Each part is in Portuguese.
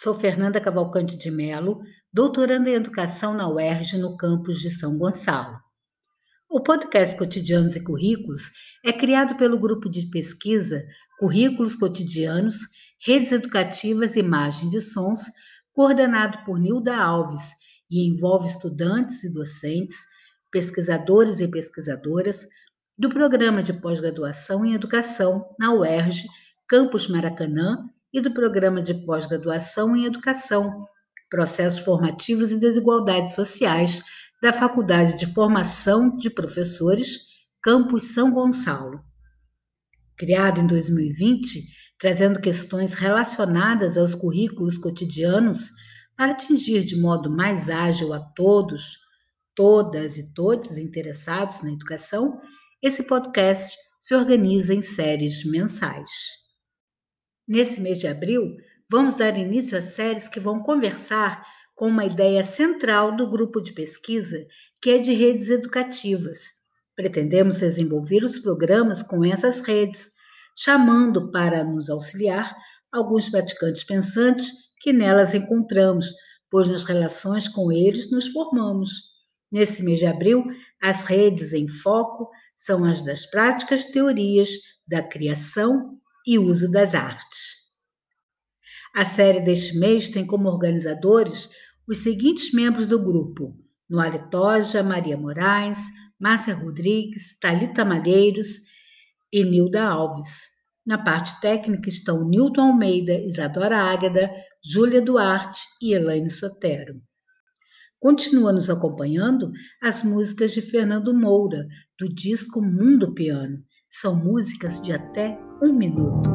Sou Fernanda Cavalcante de Mello, doutoranda em Educação na UERJ, no campus de São Gonçalo. O podcast Cotidianos e Currículos é criado pelo grupo de pesquisa Currículos Cotidianos, Redes Educativas, Imagens e Sons, coordenado por Nilda Alves, e envolve estudantes e docentes, pesquisadores e pesquisadoras do Programa de Pós-Graduação em Educação na UERJ, Campus Maracanã, e do Programa de Pós-Graduação em Educação, Processos Formativos e Desigualdades Sociais, da Faculdade de Formação de Professores, Campus São Gonçalo. Criado em 2020, trazendo questões relacionadas aos currículos cotidianos para atingir de modo mais ágil a todos, todas e todos interessados na educação, esse podcast se organiza em séries mensais. Nesse mês de abril, vamos dar início a séries que vão conversar com uma ideia central do grupo de pesquisa, que é de redes educativas. Pretendemos desenvolver os programas com essas redes, chamando para nos auxiliar alguns praticantes pensantes que nelas encontramos, pois nas relações com eles nos formamos. Nesse mês de abril, as redes em foco são as das práticas teorias da criação e uso das artes. A série deste mês tem como organizadores os seguintes membros do grupo: Noale Toja, Maria Moraes, Márcia Rodrigues, Thalita Malheiros e Nilda Alves. Na parte técnica estão Nilton Almeida, Isadora Águeda, Júlia Duarte e Elaine Sotero. Continua nos acompanhando as músicas de Fernando Moura, do disco Mundo Piano. São músicas de até 1 minuto.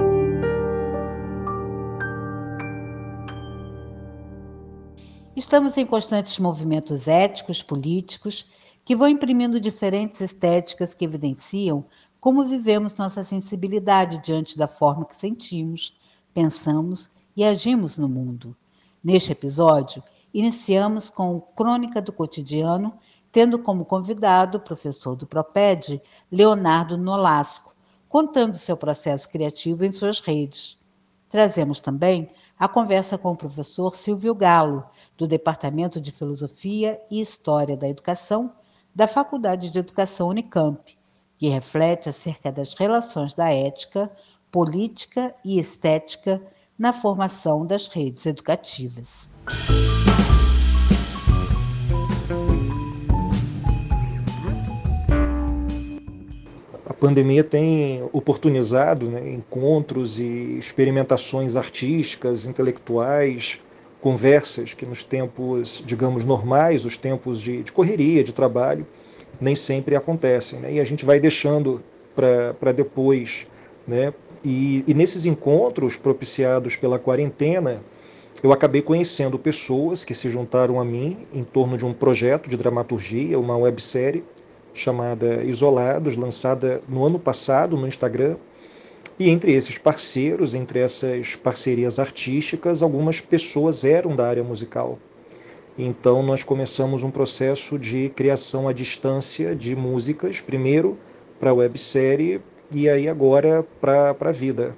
Estamos em constantes movimentos éticos, políticos, que vão imprimindo diferentes estéticas que evidenciam como vivemos nossa sensibilidade diante da forma que sentimos, pensamos e agimos no mundo. Neste episódio, iniciamos com Crônica do Cotidiano, tendo como convidado o professor do Proped, Leonardo Nolasco, contando seu processo criativo em suas redes. Trazemos também a conversa com o professor Silvio Galo, do Departamento de Filosofia e História da Educação, da Faculdade de Educação Unicamp, que reflete acerca das relações da ética, política e estética na formação das redes educativas. A pandemia tem oportunizado, encontros e experimentações artísticas, intelectuais, conversas que nos tempos, digamos, normais, os tempos de correria, de trabalho, nem sempre acontecem. E a gente vai deixando para depois. E nesses encontros propiciados pela quarentena, eu acabei conhecendo pessoas que se juntaram a mim em torno de um projeto de dramaturgia, uma websérie, chamada Isolados, lançada no ano passado no Instagram. E entre esses parceiros, entre essas parcerias artísticas, algumas pessoas eram da área musical. Então nós começamos um processo de criação à distância de músicas, primeiro para a websérie e aí agora para a vida.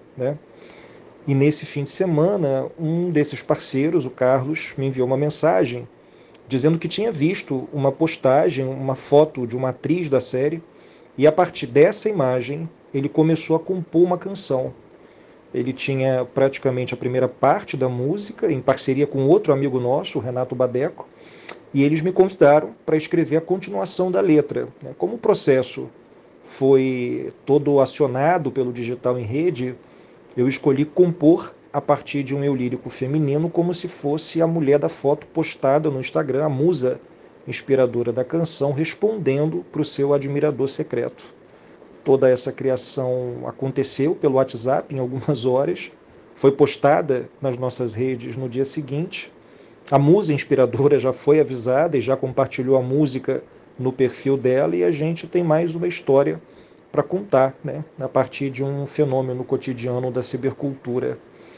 E nesse fim de semana, um desses parceiros, o Carlos, me enviou uma mensagem dizendo que tinha visto uma postagem, uma foto de uma atriz da série, e a partir dessa imagem ele começou a compor uma canção. Ele tinha praticamente a primeira parte da música, em parceria com outro amigo nosso, o Renato Badeco, e eles me convidaram para escrever a continuação da letra. Como o processo foi todo acionado pelo Digital em Rede, eu escolhi compor a partir de um eu lírico feminino, como se fosse a mulher da foto postada no Instagram, a musa inspiradora da canção, respondendo para o seu admirador secreto. Toda essa criação aconteceu pelo WhatsApp em algumas horas, foi postada nas nossas redes no dia seguinte. A musa inspiradora já foi avisada e já compartilhou a música no perfil dela, e a gente tem mais uma história para contar, a partir de um fenômeno cotidiano da cibercultura.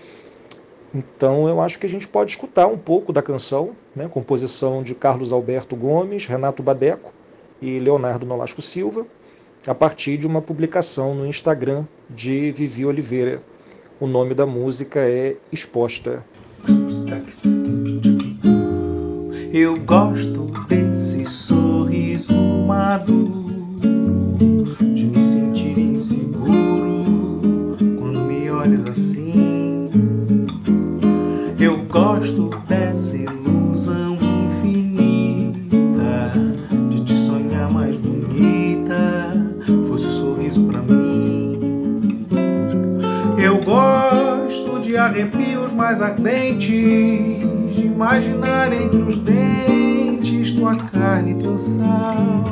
Então eu acho que a gente pode escutar um pouco da canção, composição de Carlos Alberto Gomes, Renato Badeco e Leonardo Nolasco Silva, a partir de uma publicação no Instagram de Vivi Oliveira. O nome da música é Exposta. Eu gosto desse sorriso maduro, de me sentir inseguro quando me olhas assim. Eu gosto dessa ilusão infinita, de te sonhar mais bonita, fosse o sorriso pra mim. Eu gosto de arrepios mais ardentes, de imaginar entre os dentes tua carne e teu sal.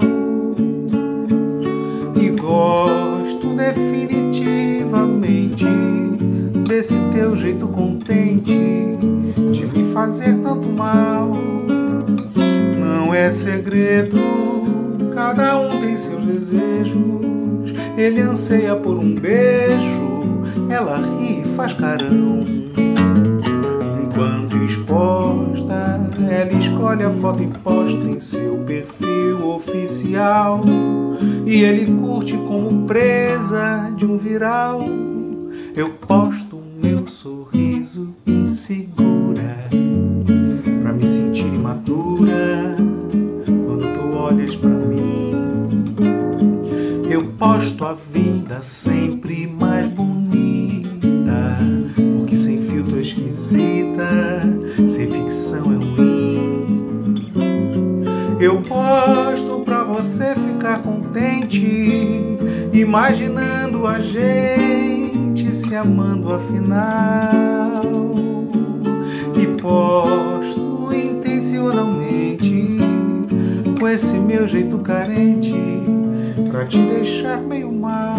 E gosto definitivamente desse teu jeito contente de me fazer tanto mal. Não é segredo, cada um tem seus desejos. Ele anseia por um beijo, ela ri e faz carão. Enquanto exposta, ela escolhe a foto e posta em seu perfil oficial. E ele curte como presa de um viral. Eu posto o meu sorriso insegura, pra me sentir imatura quando tu olhas pra mim. Eu posto a vida sempre mais bonita, porque sem filtro é esquisita, sem ficção é ruim. Eu posto pra você ficar contente, imaginando a gente se amando afinal. E posto intencionalmente com esse meu jeito carente pra te deixar meio mal.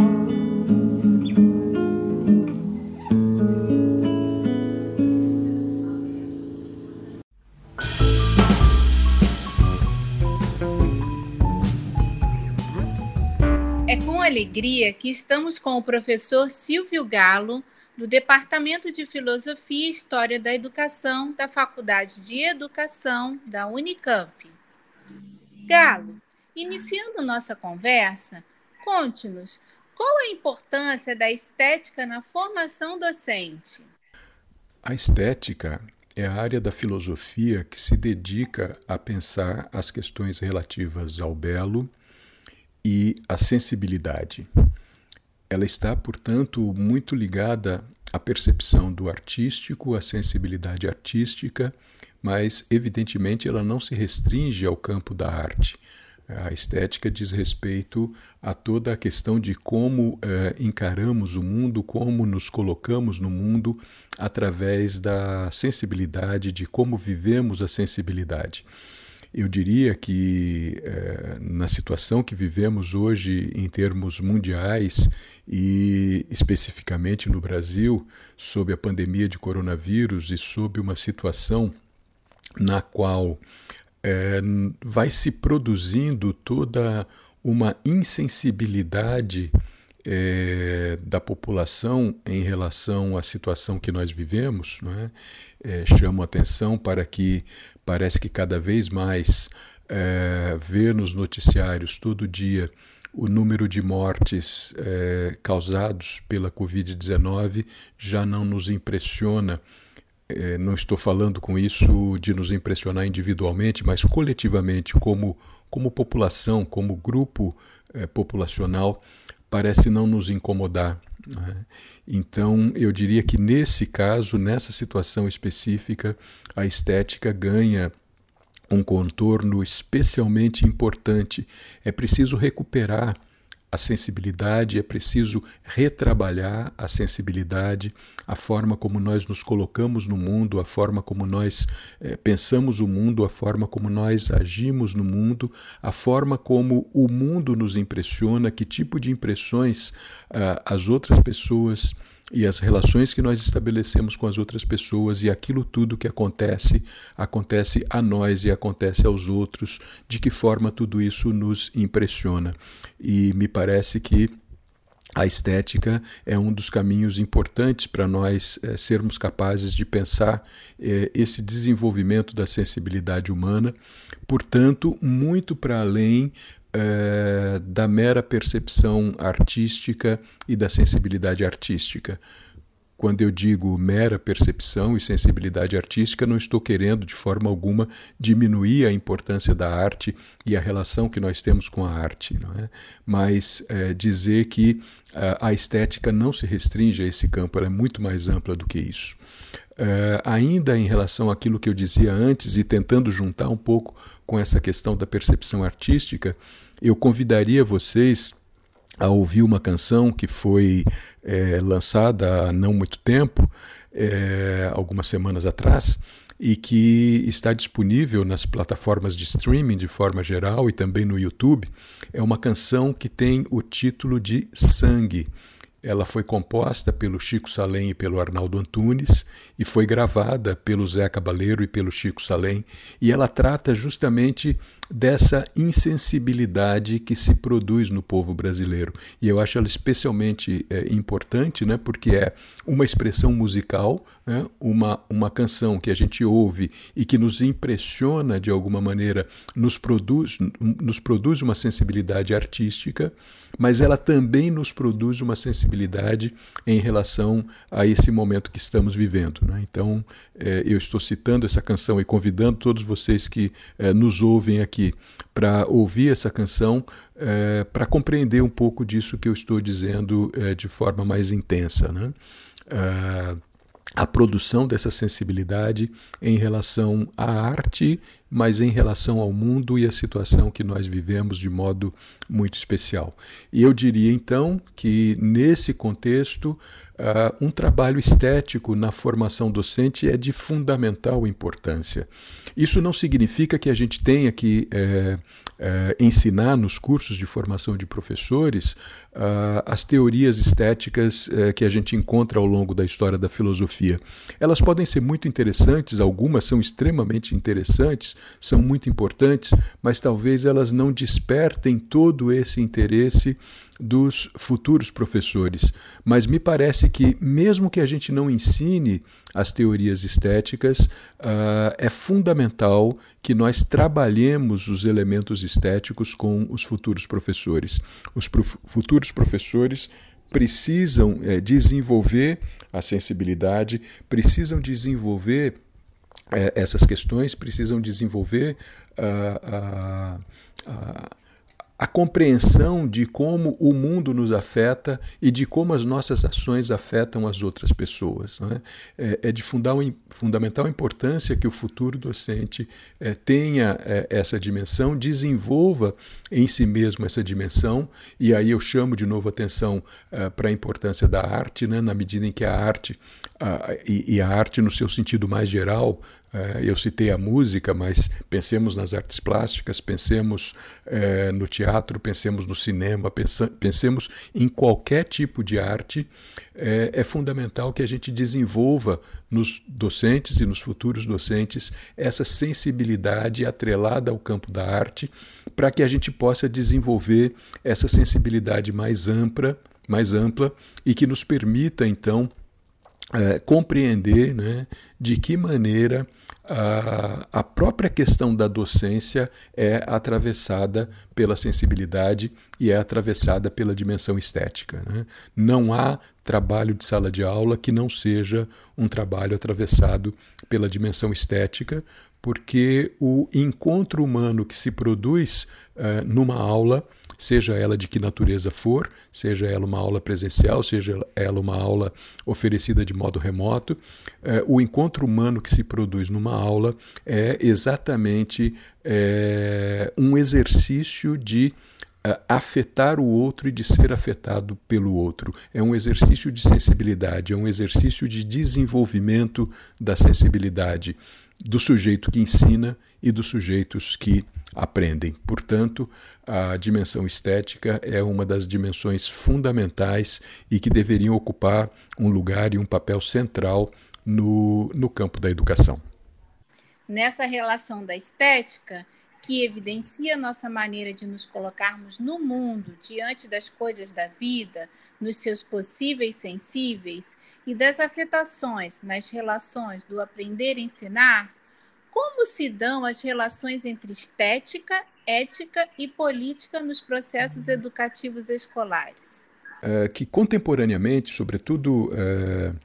É com alegria que estamos com o professor Silvio Galo, do Departamento de Filosofia e História da Educação da Faculdade de Educação da Unicamp. Galo, iniciando nossa conversa, conte-nos qual a importância da estética na formação docente. A estética é a área da filosofia que se dedica a pensar as questões relativas ao belo e à sensibilidade. Ela está, portanto, muito ligada à percepção do artístico, à sensibilidade artística, mas, evidentemente, ela não se restringe ao campo da arte. A estética diz respeito a toda a questão de como encaramos o mundo, como nos colocamos no mundo através da sensibilidade, de como vivemos a sensibilidade. Eu diria que na situação que vivemos hoje em termos mundiais e especificamente no Brasil, sob a pandemia de coronavírus e sob uma situação na qual vai se produzindo toda uma insensibilidade da população em relação à situação que nós vivemos, não é? Chamo a atenção para que parece que cada vez mais ver nos noticiários todo dia o número de mortes causados pela Covid-19 já não nos impressiona. Não estou falando com isso de nos impressionar individualmente, mas coletivamente, como população, como grupo populacional, parece não nos incomodar. Né? Então, eu diria que nesse caso, nessa situação específica, a estética ganha um contorno especialmente importante. É preciso recuperar a sensibilidade, é preciso retrabalhar a sensibilidade, a forma como nós nos colocamos no mundo, a forma como nós pensamos o mundo, a forma como nós agimos no mundo, a forma como o mundo nos impressiona, que tipo de impressões as outras pessoas e as relações que nós estabelecemos com as outras pessoas e aquilo tudo que acontece a nós e acontece aos outros, de que forma tudo isso nos impressiona. E me parece que a estética é um dos caminhos importantes para nós sermos capazes de pensar esse desenvolvimento da sensibilidade humana, portanto, muito para além da mera percepção artística e da sensibilidade artística. quando eu digo mera percepção e sensibilidade artística, não estou querendo de forma alguma diminuir a importância da arte e a relação que nós temos com a arte, não é? Mas dizer que a estética não se restringe a esse campo, ela é muito mais ampla do que isso. Ainda em relação àquilo que eu dizia antes e tentando juntar um pouco com essa questão da percepção artística, eu convidaria vocês a ouvir uma canção que foi lançada há não muito tempo, algumas semanas atrás, e que está disponível nas plataformas de streaming de forma geral e também no YouTube. É uma canção que tem o título de Sangue. Ela foi composta pelo Chico Salem e pelo Arnaldo Antunes e foi gravada pelo Zé Cabaleiro e pelo Chico Salem, e ela trata justamente dessa insensibilidade que se produz no povo brasileiro. E eu acho ela especialmente importante, né, porque é uma expressão musical, né, uma canção que a gente ouve e que nos impressiona de alguma maneira, nos produz uma sensibilidade artística, mas ela também nos produz uma sensibilidade em relação a esse momento que estamos vivendo, né? Então, eu estou citando essa canção e convidando todos vocês que nos ouvem aqui para ouvir essa canção, para compreender um pouco disso que eu estou dizendo de forma mais intensa, né? A produção dessa sensibilidade em relação à arte, mas em relação ao mundo e à situação que nós vivemos de modo muito especial. E eu diria então que nesse contexto, um trabalho estético na formação docente é de fundamental importância. Isso não significa que a gente tenha que ensinar nos cursos de formação de professores as teorias estéticas que a gente encontra ao longo da história da filosofia. Elas podem ser muito interessantes, algumas são extremamente interessantes, são muito importantes, mas talvez elas não despertem todo esse interesse dos futuros professores. Mas me parece que, mesmo que a gente não ensine as teorias estéticas, é fundamental que nós trabalhemos os elementos estéticos com os futuros professores. Os futuros professores precisam desenvolver a sensibilidade, precisam desenvolver essas questões, precisam desenvolver a compreensão de como o mundo nos afeta e de como as nossas ações afetam as outras pessoas. Não é? É de fundamental importância que o futuro docente tenha essa dimensão, desenvolva em si mesmo essa dimensão, e aí eu chamo de novo a atenção para a importância da arte, né? Na medida em que a arte, e a arte no seu sentido mais geral, eu citei a música, mas pensemos nas artes plásticas, pensemos no teatro, pensemos no cinema, pensemos em qualquer tipo de arte. É fundamental que a gente desenvolva nos docentes e nos futuros docentes essa sensibilidade atrelada ao campo da arte, para que a gente possa desenvolver essa sensibilidade mais ampla e que nos permita, então, compreender, né, de que maneira a própria questão da docência é atravessada pela sensibilidade e é atravessada pela dimensão estética, né? Não há trabalho de sala de aula que não seja um trabalho atravessado pela dimensão estética, porque o encontro humano que se produz numa aula, seja ela de que natureza for, seja ela uma aula presencial, seja ela uma aula oferecida de modo remoto, o encontro humano que se produz numa aula é exatamente um exercício de afetar o outro e de ser afetado pelo outro. É um exercício de sensibilidade, é um exercício de desenvolvimento da sensibilidade do sujeito que ensina e dos sujeitos que aprendem. Portanto, a dimensão estética é uma das dimensões fundamentais e que deveriam ocupar um lugar e um papel central no campo da educação. Nessa relação da estética, que evidencia nossa maneira de nos colocarmos no mundo diante das coisas da vida, nos seus possíveis sensíveis e das afetações nas relações do aprender e ensinar, como se dão as relações entre estética, ética e política nos processos educativos escolares? Que contemporaneamente, sobretudo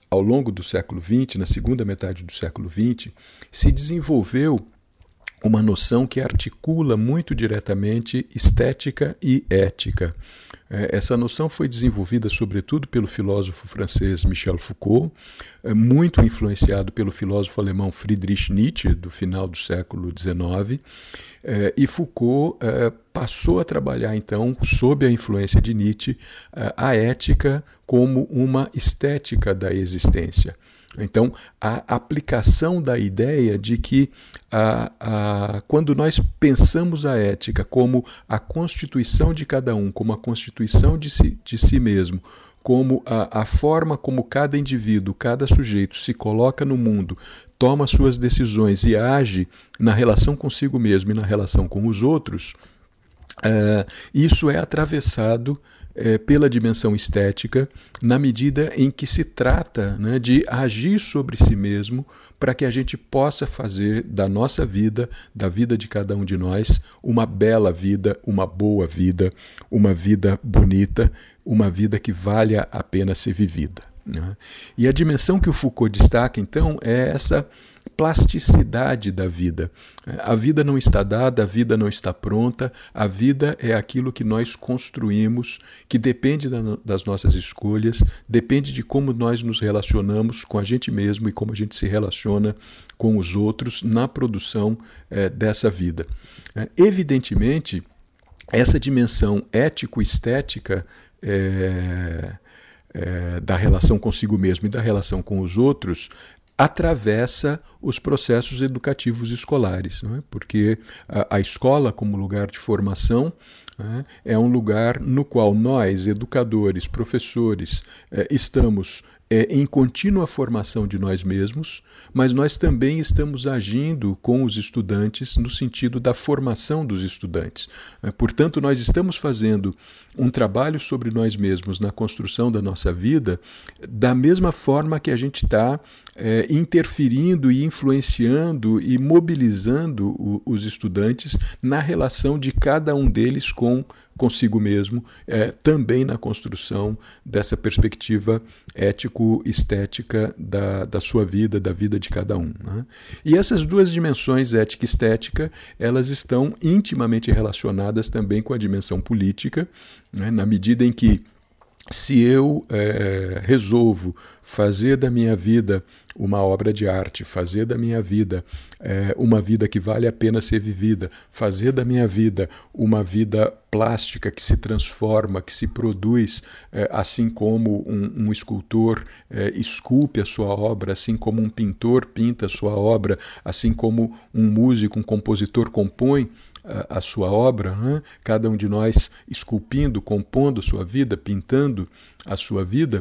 ao longo do século XX, na segunda metade do século XX, se desenvolveu uma noção que articula muito diretamente estética e ética. Essa noção foi desenvolvida sobretudo pelo filósofo francês Michel Foucault, muito influenciado pelo filósofo alemão Friedrich Nietzsche, do final do século XIX, e Foucault passou a trabalhar, então, sob a influência de Nietzsche, a ética como uma estética da existência. Então, a aplicação da ideia de que quando nós pensamos a ética como a constituição de cada um, como a constituição de si mesmo, como a forma como cada indivíduo, cada sujeito se coloca no mundo, toma suas decisões e age na relação consigo mesmo e na relação com os outros, isso é atravessado pela dimensão estética, na medida em que se trata, né, de agir sobre si mesmo para que a gente possa fazer da nossa vida, da vida de cada um de nós, uma bela vida, uma boa vida, uma vida bonita, uma vida que valha a pena ser vivida. Né? E a dimensão que o Foucault destaca, então, é essa plasticidade da vida. A vida não está dada, a vida não está pronta, a vida é aquilo que nós construímos, que depende das nossas escolhas, depende de como nós nos relacionamos com a gente mesmo e como a gente se relaciona com os outros na produção dessa vida. Evidentemente, essa dimensão ético-estética da relação consigo mesmo e da relação com os outros atravessa os processos educativos escolares, não é? Porque a escola, como lugar de formação, é um lugar no qual nós, educadores, professores, estamos em contínua formação de nós mesmos, mas nós também estamos agindo com os estudantes no sentido da formação dos estudantes. Portanto, nós estamos fazendo um trabalho sobre nós mesmos na construção da nossa vida, da mesma forma que a gente está interferindo e influenciando e mobilizando os estudantes na relação de cada um deles consigo mesmo, também na construção dessa perspectiva ético-estética da sua vida, da vida de cada um. Né? E essas duas dimensões, ética e estética, elas estão intimamente relacionadas também com a dimensão política, né? Na medida em que, se eu resolvo fazer da minha vida uma obra de arte, fazer da minha vida uma vida que vale a pena ser vivida, fazer da minha vida uma vida plástica que se transforma, que se produz, assim como um escultor esculpe a sua obra, assim como um pintor pinta a sua obra, assim como um músico, um compositor compõe a sua obra, né? Cada um de nós esculpindo, compondo a sua vida, pintando a sua vida,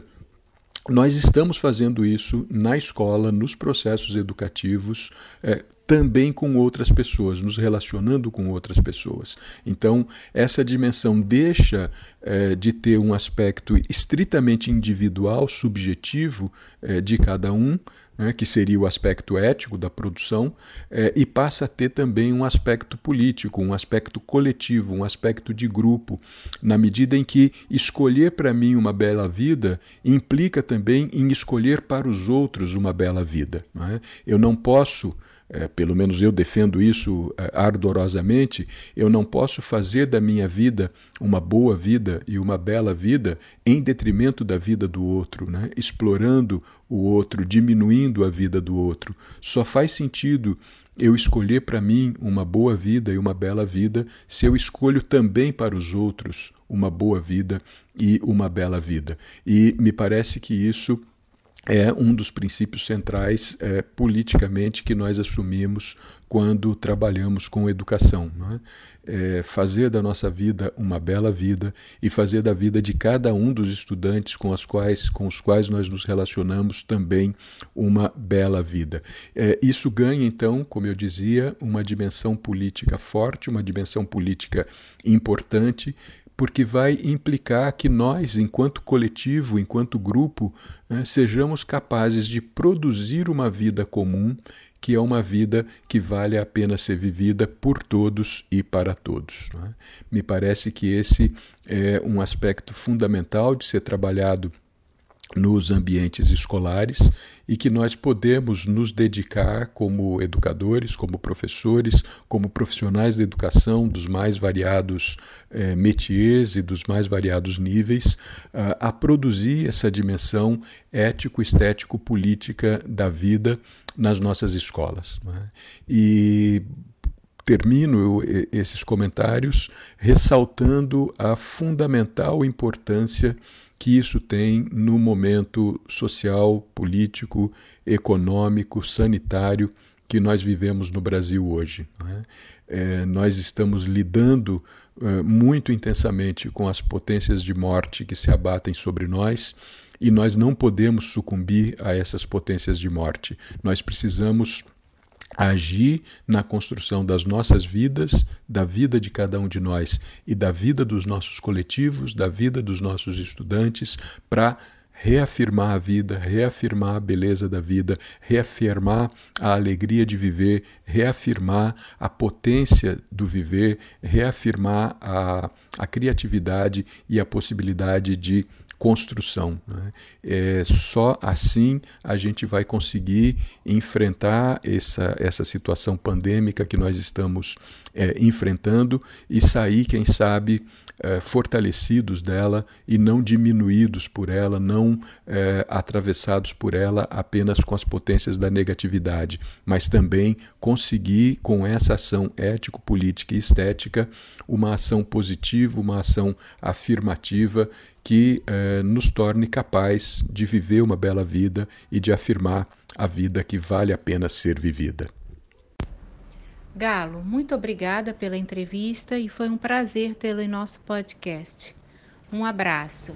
nós estamos fazendo isso na escola, nos processos educativos, também com outras pessoas, nos relacionando com outras pessoas. Então, essa dimensão deixa de ter um aspecto estritamente individual, subjetivo de cada um, que seria o aspecto ético da produção, e passa a ter também um aspecto político, um aspecto coletivo, um aspecto de grupo, na medida em que escolher para mim uma bela vida implica também em escolher para os outros uma bela vida. Não é? Eu não posso, pelo menos eu defendo isso ardorosamente, eu não posso fazer da minha vida uma boa vida e uma bela vida em detrimento da vida do outro, né? Explorando o outro, diminuindo a vida do outro. Só faz sentido eu escolher para mim uma boa vida e uma bela vida se eu escolho também para os outros uma boa vida e uma bela vida. E me parece que isso é um dos princípios centrais politicamente que nós assumimos quando trabalhamos com educação. Não é? Fazer da nossa vida uma bela vida e fazer da vida de cada um dos estudantes com os quais nós nos relacionamos também uma bela vida. Isso ganha, então, como eu dizia, uma dimensão política forte, uma dimensão política importante, porque vai implicar que nós, enquanto coletivo, enquanto grupo, sejamos capazes de produzir uma vida comum, que é uma vida que vale a pena ser vivida por todos e para todos. Me parece que esse é um aspecto fundamental de ser trabalhado nos ambientes escolares e que nós podemos nos dedicar como educadores, como professores, como profissionais da educação dos mais variados métiers e dos mais variados níveis, a produzir essa dimensão ético-estético-política da vida nas nossas escolas, né? E termino esses comentários ressaltando a fundamental importância que isso tem no momento social, político, econômico, sanitário que nós vivemos no Brasil hoje, né? Nós estamos lidando muito intensamente com as potências de morte que se abatem sobre nós e nós não podemos sucumbir a essas potências de morte. Nós precisamos agir na construção das nossas vidas, da vida de cada um de nós e da vida dos nossos coletivos, da vida dos nossos estudantes, para reafirmar a vida, reafirmar a beleza da vida, reafirmar a alegria de viver, reafirmar a potência do viver, reafirmar a criatividade e a possibilidade de construção, né? Só assim a gente vai conseguir enfrentar essa situação pandêmica que nós estamos enfrentando e sair, quem sabe, fortalecidos dela e não diminuídos por ela, não atravessados por ela apenas com as potências da negatividade, mas também conseguir, com essa ação ético-política e estética, uma ação positiva, uma ação afirmativa que nos torne capaz de viver uma bela vida e de afirmar a vida que vale a pena ser vivida. Galo, muito obrigada pela entrevista e foi um prazer tê-lo em nosso podcast. Um abraço.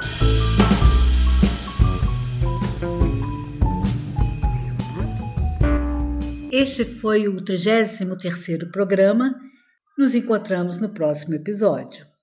Este foi o 33º programa. Nos encontramos no próximo episódio.